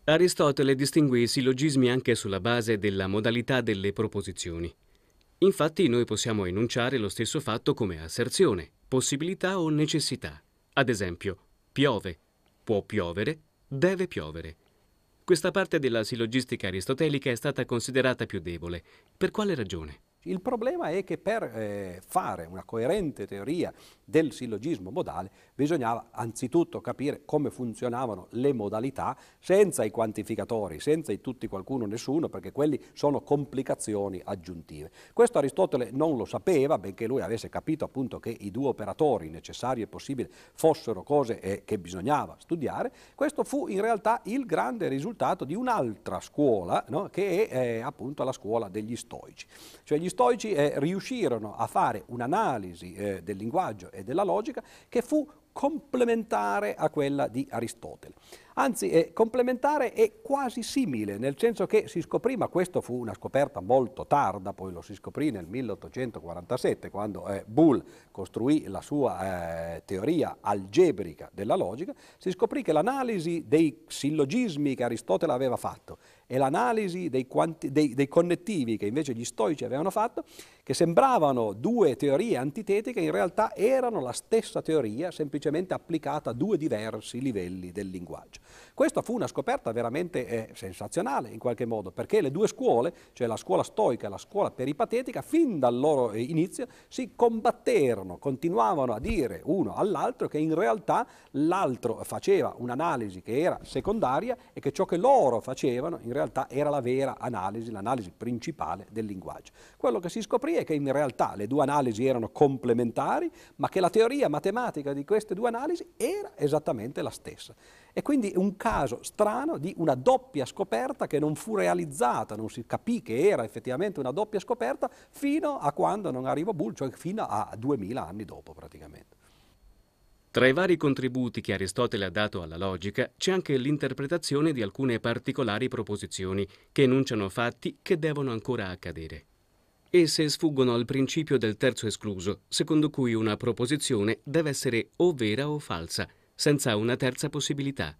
Aristotele distingue i sillogismi anche sulla base della modalità delle proposizioni. Infatti noi possiamo enunciare lo stesso fatto come asserzione, possibilità o necessità. Ad esempio, piove, può piovere, deve piovere. Questa parte della sillogistica aristotelica è stata considerata più debole. Per quale ragione? Il problema è che per fare una coerente teoria del sillogismo modale bisognava anzitutto capire come funzionavano le modalità senza i quantificatori, senza i tutti qualcuno nessuno, perché quelli sono complicazioni aggiuntive. Questo Aristotele non lo sapeva, benché lui avesse capito appunto che i due operatori necessario e possibile fossero cose che bisognava studiare. Questo fu in realtà il grande risultato di un'altra scuola, no? Che è appunto la scuola degli Stoici. Cioè gli Stoici riuscirono a fare un'analisi del linguaggio e della logica che fu complementare a quella di Aristotele. Anzi, complementare e quasi simile, nel senso che si scoprì, ma questa fu una scoperta molto tarda, poi lo si scoprì nel 1847, quando Boole costruì la sua teoria algebrica della logica, si scoprì che l'analisi dei sillogismi che Aristotele aveva fatto e l'analisi dei connettivi che invece gli stoici avevano fatto, che sembravano due teorie antitetiche, in realtà erano la stessa teoria, semplicemente applicata a due diversi livelli del linguaggio. Questa fu una scoperta veramente sensazionale in qualche modo, perché le due scuole, cioè la scuola stoica e la scuola peripatetica, fin dal loro inizio si combatterono, continuavano a dire uno all'altro che in realtà l'altro faceva un'analisi che era secondaria e che ciò che loro facevano in realtà era la vera analisi, l'analisi principale del linguaggio. Quello che si scoprì è che in realtà le due analisi erano complementari, ma che la teoria matematica di queste due analisi era esattamente la stessa. E quindi un caso strano di una doppia scoperta che non fu realizzata, non si capì che era effettivamente una doppia scoperta fino a quando non arrivò Boole, cioè fino a 2000 anni dopo praticamente. Tra i vari contributi che Aristotele ha dato alla logica c'è anche l'interpretazione di alcune particolari proposizioni che enunciano fatti che devono ancora accadere. Esse sfuggono al principio del terzo escluso, secondo cui una proposizione deve essere o vera o falsa, senza una terza possibilità.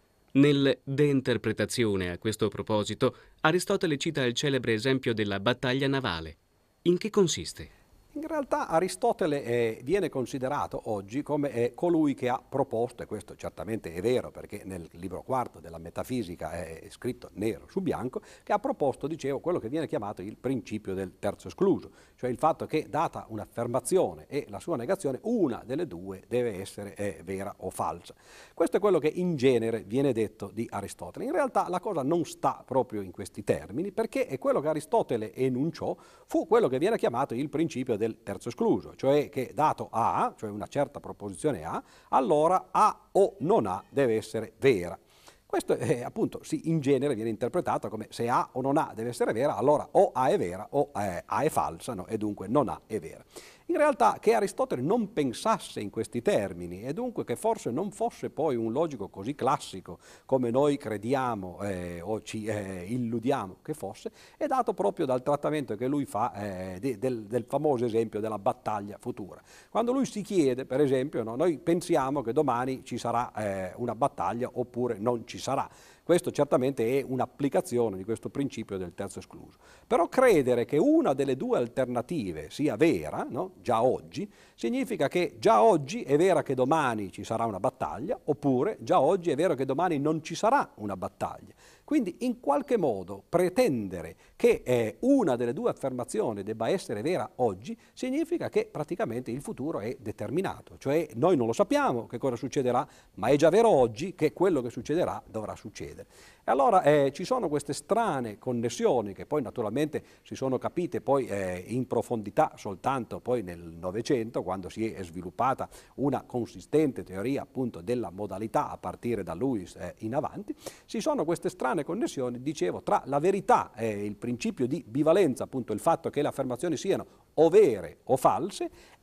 Nel De Interpretazione, a questo proposito, Aristotele cita il celebre esempio della battaglia navale. In che consiste? In realtà Aristotele viene considerato oggi come colui che ha proposto, e questo certamente è vero perché nel libro quarto della Metafisica è scritto nero su bianco, che ha proposto, dicevo, quello che viene chiamato il principio del terzo escluso, cioè il fatto che data un'affermazione e la sua negazione, una delle due deve essere vera o falsa. Questo è quello che in genere viene detto di Aristotele. In realtà la cosa non sta proprio in questi termini, perché è quello che Aristotele enunciò fu quello che viene chiamato il principio del terzo escluso, cioè che dato A, cioè una certa proposizione A, allora A o non A deve essere vera. Questo appunto in genere viene interpretato come se A o non A deve essere vera, allora o A è vera o A è falsa, no? E dunque non A è vera. In realtà che Aristotele non pensasse in questi termini e dunque che forse non fosse poi un logico così classico come noi crediamo o ci illudiamo che fosse, è dato proprio dal trattamento che lui fa del famoso esempio della battaglia futura. Quando lui si chiede, per esempio, no, noi pensiamo che domani ci sarà una battaglia oppure non ci sarà. Questo certamente è un'applicazione di questo principio del terzo escluso. Però credere che una delle due alternative sia vera, no? Già oggi, significa che già oggi è vera che domani ci sarà una battaglia, oppure già oggi è vero che domani non ci sarà una battaglia. Quindi in qualche modo pretendere che una delle due affermazioni debba essere vera oggi significa che praticamente il futuro è determinato, cioè noi non lo sappiamo che cosa succederà, ma è già vero oggi che quello che succederà dovrà succedere. E allora ci sono queste strane connessioni che poi naturalmente si sono capite poi in profondità soltanto poi nel Novecento, quando si è sviluppata una consistente teoria appunto della modalità a partire da Lewis in avanti. Si sono queste strane connessioni, dicevo, tra la verità e il principio di bivalenza, appunto il fatto che le affermazioni siano o vere o false,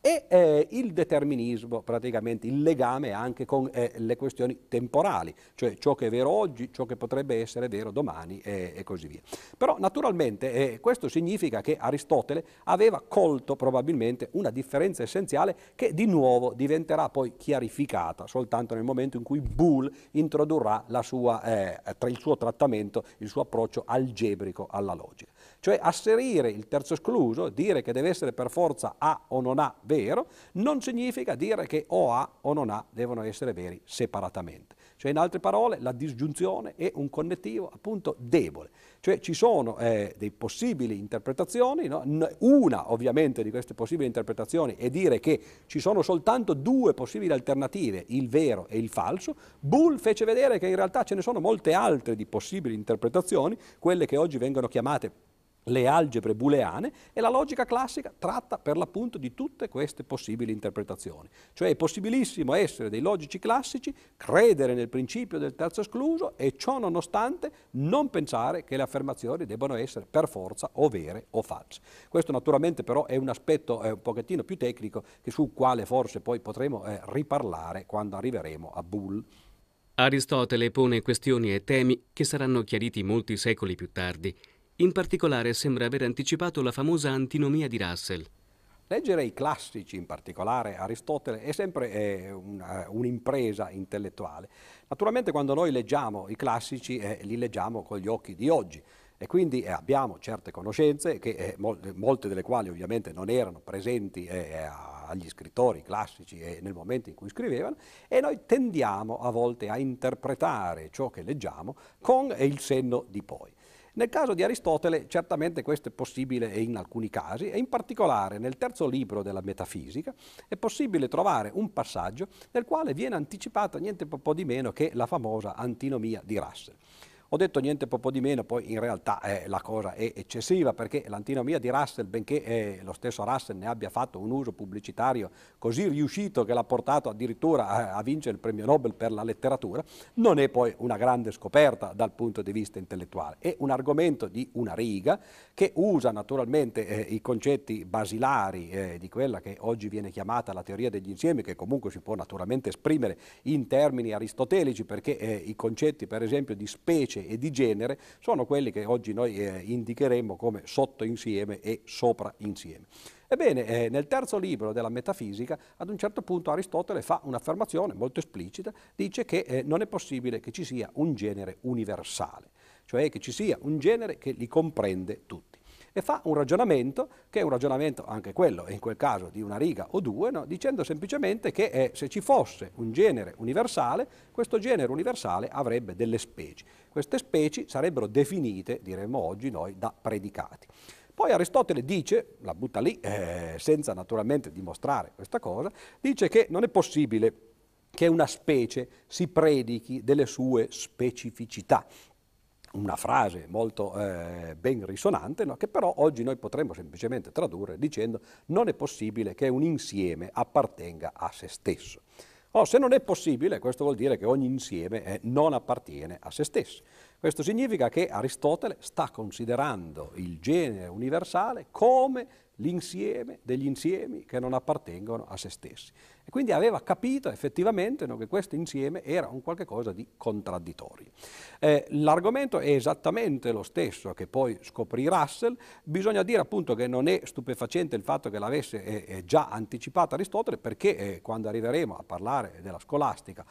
e il determinismo, praticamente il legame anche con le questioni temporali, cioè ciò che è vero oggi, ciò che potrebbe essere vero domani e così via. Però naturalmente questo significa che Aristotele aveva colto probabilmente una differenza essenziale che di nuovo diventerà poi chiarificata soltanto nel momento in cui Boole introdurrà il suo trattamento, il suo approccio algebrico alla logica. Cioè asserire il terzo escluso, dire che deve essere per forza A o non A vero, non significa dire che o A o non A devono essere veri separatamente. Cioè in altre parole la disgiunzione è un connettivo appunto debole. Cioè ci sono dei possibili interpretazioni, no? Una ovviamente di queste possibili interpretazioni è dire che ci sono soltanto due possibili alternative, il vero e il falso. Boole fece vedere che in realtà ce ne sono molte altre di possibili interpretazioni, quelle che oggi vengono chiamate le algebre booleane, e la logica classica tratta per l'appunto di tutte queste possibili interpretazioni. Cioè è possibilissimo essere dei logici classici, credere nel principio del terzo escluso e ciò nonostante non pensare che le affermazioni debbano essere per forza o vere o false. Questo naturalmente però è un aspetto un pochettino più tecnico sul quale forse poi potremo riparlare quando arriveremo a Boole. Aristotele pone questioni e temi che saranno chiariti molti secoli più tardi. In particolare sembra aver anticipato la famosa antinomia di Russell. Leggere i classici, in particolare Aristotele, è sempre un'impresa intellettuale. Naturalmente quando noi leggiamo i classici li leggiamo con gli occhi di oggi e quindi abbiamo certe conoscenze, molte delle quali ovviamente non erano presenti agli scrittori classici nel momento in cui scrivevano, e noi tendiamo a volte a interpretare ciò che leggiamo con il senno di poi. Nel caso di Aristotele certamente questo è possibile in alcuni casi, e in particolare nel terzo libro della Metafisica è possibile trovare un passaggio nel quale viene anticipata niente po' di meno che la famosa antinomia di Russell. Ho detto niente po' di meno, poi in realtà la cosa è eccessiva, perché l'antinomia di Russell, benché lo stesso Russell ne abbia fatto un uso pubblicitario così riuscito che l'ha portato addirittura a vincere il premio Nobel per la letteratura, non è poi una grande scoperta dal punto di vista intellettuale. È un argomento di una riga che usa naturalmente i concetti basilari di quella che oggi viene chiamata la teoria degli insiemi, che comunque si può naturalmente esprimere in termini aristotelici, perché i concetti per esempio di specie e di genere sono quelli che oggi noi indicheremo come sottoinsieme e soprainsieme. Ebbene, nel terzo libro della Metafisica, ad un certo punto Aristotele fa un'affermazione molto esplicita, dice che non è possibile che ci sia un genere universale, cioè che ci sia un genere che li comprende tutti. E fa un ragionamento, che è un ragionamento anche quello, in quel caso di una riga o due, no? Dicendo semplicemente che se ci fosse un genere universale, questo genere universale avrebbe delle specie. Queste specie sarebbero definite, diremmo oggi noi, da predicati. Poi Aristotele dice, la butta lì, senza naturalmente dimostrare questa cosa, dice che non è possibile che una specie si predichi delle sue specificità. Una frase molto ben risonante, no? Che però oggi noi potremmo semplicemente tradurre dicendo non è possibile che un insieme appartenga a se stesso. Se non è possibile, questo vuol dire che ogni insieme non appartiene a se stesso. Questo significa che Aristotele sta considerando il genere universale come l'insieme degli insiemi che non appartengono a se stessi. E quindi aveva capito effettivamente, no, che questo insieme era un qualche cosa di contraddittorio. L'argomento è esattamente lo stesso che poi scoprì Russell. Bisogna dire appunto che non è stupefacente il fatto che l'avesse già anticipato Aristotele, perché quando arriveremo a parlare della scolastica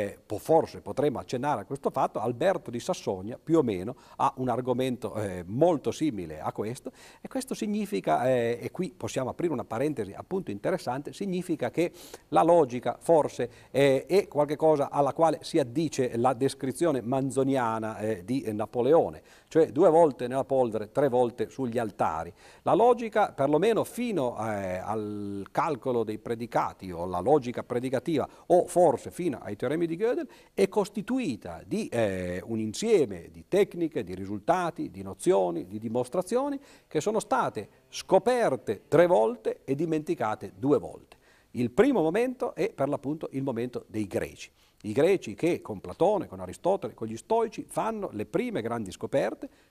forse potremo accennare a questo fatto. Alberto di Sassonia più o meno ha un argomento molto simile a questo, e questo significa, e qui possiamo aprire una parentesi appunto interessante, significa che la logica forse è qualcosa alla quale si addice la descrizione manzoniana di Napoleone, cioè 2 volte nella polvere, 3 volte sugli altari. La logica, perlomeno fino al calcolo dei predicati, o la logica predicativa, o forse fino ai teoremi di Gödel, è costituita di un insieme di tecniche, di risultati, di nozioni, di dimostrazioni che sono state scoperte 3 volte e dimenticate 2 volte. Il primo momento è per l'appunto il momento dei Greci. I Greci che con Platone, con Aristotele, con gli Stoici fanno le prime grandi scoperte,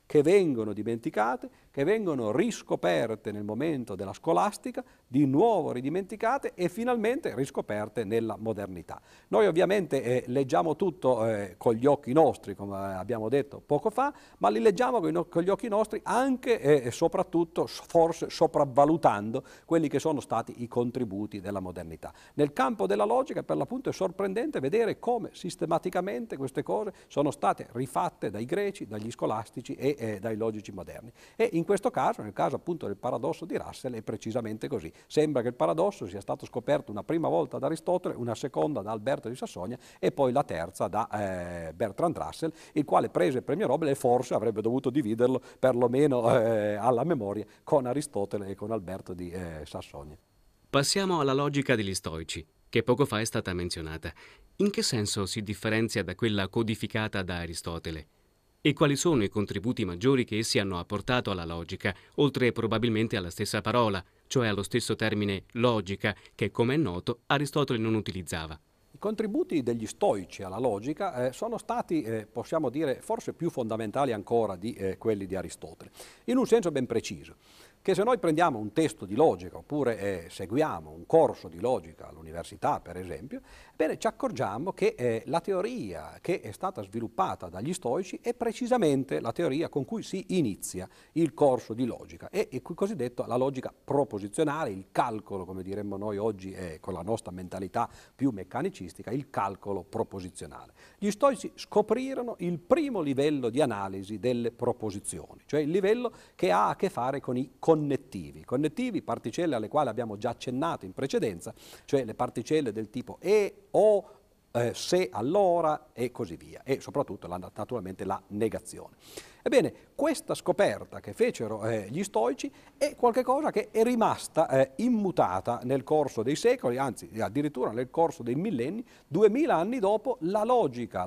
che vengono dimenticate, che vengono riscoperte nel momento della scolastica, di nuovo ridimenticate e finalmente riscoperte nella modernità. Noi ovviamente leggiamo tutto con gli occhi nostri, come abbiamo detto poco fa, ma li leggiamo con gli occhi nostri anche e soprattutto forse sopravvalutando quelli che sono stati i contributi della modernità. Nel campo della logica, per l'appunto, è sorprendente vedere come sistematicamente queste cose sono state rifatte dai greci, dagli scolastici e dai logici moderni. E in questo caso, nel caso appunto del paradosso di Russell, è precisamente così. Sembra che il paradosso sia stato scoperto una prima volta da Aristotele, una seconda da Alberto di Sassonia e poi la terza da Bertrand Russell, il quale prese il premio Nobel e forse avrebbe dovuto dividerlo perlomeno alla memoria con Aristotele e con Alberto di Sassonia. Passiamo alla logica degli stoici, che poco fa è stata menzionata. In che senso si differenzia da quella codificata da Aristotele? E quali sono i contributi maggiori che essi hanno apportato alla logica, oltre probabilmente alla stessa parola, cioè allo stesso termine logica, che, come è noto, Aristotele non utilizzava? I contributi degli stoici alla logica sono stati, possiamo dire, forse più fondamentali ancora di quelli di Aristotele, in un senso ben preciso, che se noi prendiamo un testo di logica oppure seguiamo un corso di logica all'università, per esempio, bene, ci accorgiamo che la teoria che è stata sviluppata dagli stoici è precisamente la teoria con cui si inizia il corso di logica, è il cosiddetto la logica proposizionale, il calcolo, come diremmo noi oggi con la nostra mentalità più meccanicistica, il calcolo proposizionale. Gli stoici scoprirono il primo livello di analisi delle proposizioni, cioè il livello che ha a che fare con i connettivi, particelle alle quali abbiamo già accennato in precedenza, cioè le particelle del tipo e, o, se, allora e così via, e soprattutto naturalmente la negazione. Ebbene, questa scoperta che fecero gli stoici è qualcosa che è rimasta immutata nel corso dei secoli, anzi addirittura nel corso dei millenni. 2000 anni dopo la logica,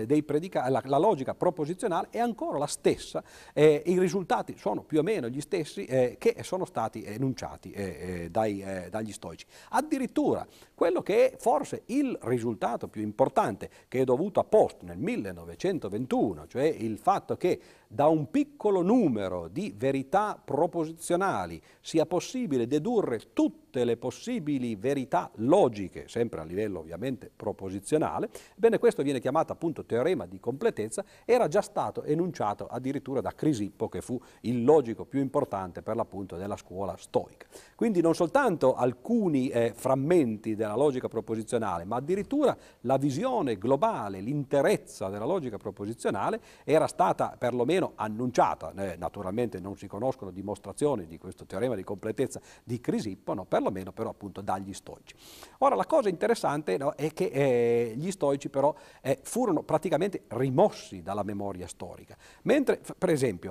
la logica proposizionale è ancora la stessa, i risultati sono più o meno gli stessi che sono stati enunciati dagli stoici. Addirittura quello che è forse il risultato più importante, che è dovuto a Post nel 1921, cioè il fatto che da un piccolo numero di verità proposizionali sia possibile dedurre tutte le possibili verità logiche, sempre a livello ovviamente proposizionale, bene, questo viene chiamato appunto teorema di completezza, era già stato enunciato addirittura da Crisippo, che fu il logico più importante per l'appunto della scuola stoica. Quindi non soltanto alcuni frammenti della logica proposizionale, ma addirittura la visione globale, l'interezza della logica proposizionale era stata perlomeno annunciata, naturalmente non si conoscono dimostrazioni di questo teorema di completezza di Crisippo, no, perlomeno però appunto dagli stoici. Ora la cosa interessante, no, è che gli stoici però furono praticamente rimossi dalla memoria storica, mentre per esempio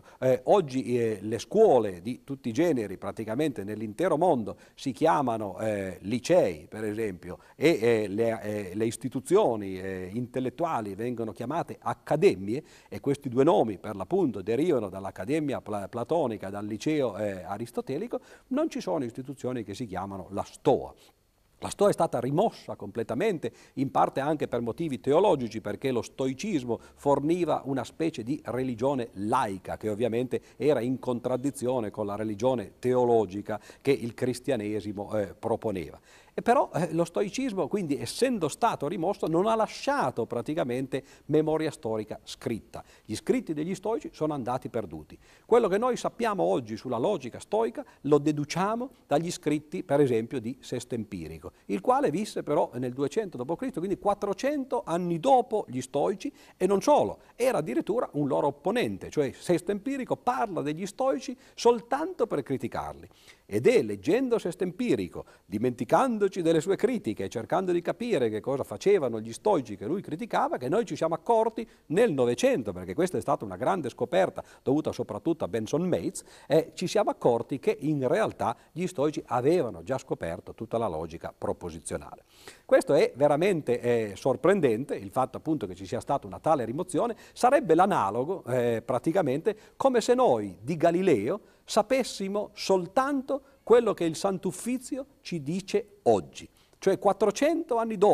oggi le scuole di tutti i generi praticamente nell'intero mondo si chiamano licei, per esempio, e le istituzioni intellettuali vengono chiamate accademie, e questi due nomi per l'appunto derivano dall'Accademia Platonica, dal liceo aristotelico. Non ci sono istituzioni che si chiamano la Stoa. La Stoa è stata rimossa completamente, in parte anche per motivi teologici, perché lo stoicismo forniva una specie di religione laica, che ovviamente era in contraddizione con la religione teologica che il cristianesimo proponeva. E però lo stoicismo, quindi, essendo stato rimosso, non ha lasciato praticamente memoria storica scritta. Gli scritti degli stoici sono andati perduti. Quello che noi sappiamo oggi sulla logica stoica lo deduciamo dagli scritti, per esempio, di Sesto Empirico, il quale visse però nel 200 d.C., quindi 400 anni dopo gli stoici, e non solo, era addirittura un loro opponente, cioè Sesto Empirico parla degli stoici soltanto per criticarli. Ed è leggendo Sesto Empirico, dimenticandoci delle sue critiche, cercando di capire che cosa facevano gli stoici che lui criticava, che noi ci siamo accorti nel Novecento, perché questa è stata una grande scoperta dovuta soprattutto a Benson Mates, ci siamo accorti che in realtà gli stoici avevano già scoperto tutta la logica proposizionale. Questo è veramente sorprendente, il fatto appunto che ci sia stata una tale rimozione. Sarebbe l'analogo praticamente come se noi di Galileo sapessimo soltanto quello che il Sant'Uffizio ci dice oggi. Cioè 400 anni dopo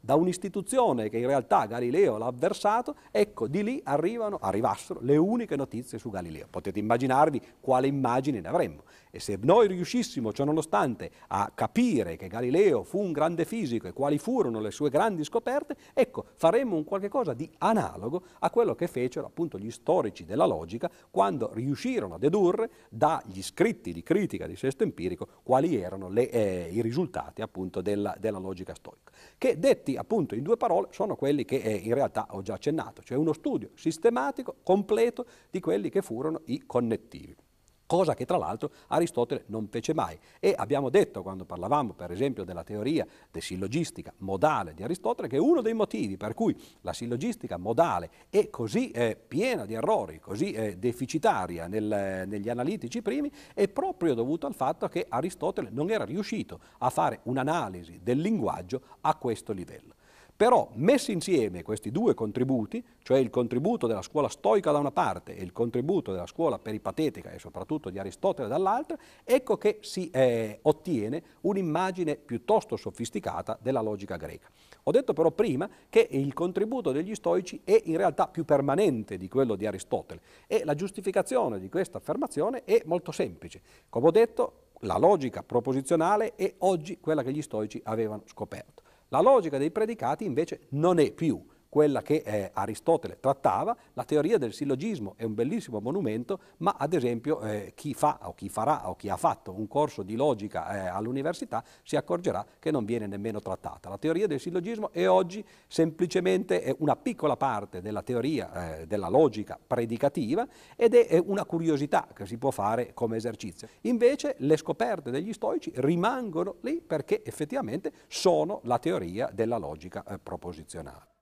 da un'istituzione che in realtà Galileo l'ha avversato, ecco, di lì arrivassero le uniche notizie su Galileo. Potete immaginarvi quale immagine ne avremmo. E se noi riuscissimo, ciononostante, a capire che Galileo fu un grande fisico e quali furono le sue grandi scoperte, ecco, faremmo un qualche cosa di analogo a quello che fecero appunto gli storici della logica quando riuscirono a dedurre dagli scritti di critica di Sesto Empirico quali erano i risultati appunto della logica stoica, che detti appunto in due parole sono quelli che in realtà ho già accennato, cioè uno studio sistematico, completo di quelli che furono i connettivi. Cosa che tra l'altro Aristotele non fece mai. E abbiamo detto, quando parlavamo per esempio della teoria sillogistica modale di Aristotele, che uno dei motivi per cui la sillogistica modale è così piena di errori, così deficitaria negli analitici primi, è proprio dovuto al fatto che Aristotele non era riuscito a fare un'analisi del linguaggio a questo livello. Però messi insieme questi due contributi, cioè il contributo della scuola stoica da una parte e il contributo della scuola peripatetica e soprattutto di Aristotele dall'altra, ecco che si ottiene un'immagine piuttosto sofisticata della logica greca. Ho detto però prima che il contributo degli stoici è in realtà più permanente di quello di Aristotele e la giustificazione di questa affermazione è molto semplice. Come ho detto, la logica proposizionale è oggi quella che gli stoici avevano scoperto. La logica dei predicati invece non è più quella che Aristotele trattava. La teoria del sillogismo è un bellissimo monumento, ma ad esempio chi fa o chi farà o chi ha fatto un corso di logica all'università si accorgerà che non viene nemmeno trattata. La teoria del sillogismo è oggi semplicemente una piccola parte della teoria della logica predicativa ed è una curiosità che si può fare come esercizio. Invece le scoperte degli stoici rimangono lì perché effettivamente sono la teoria della logica proposizionale.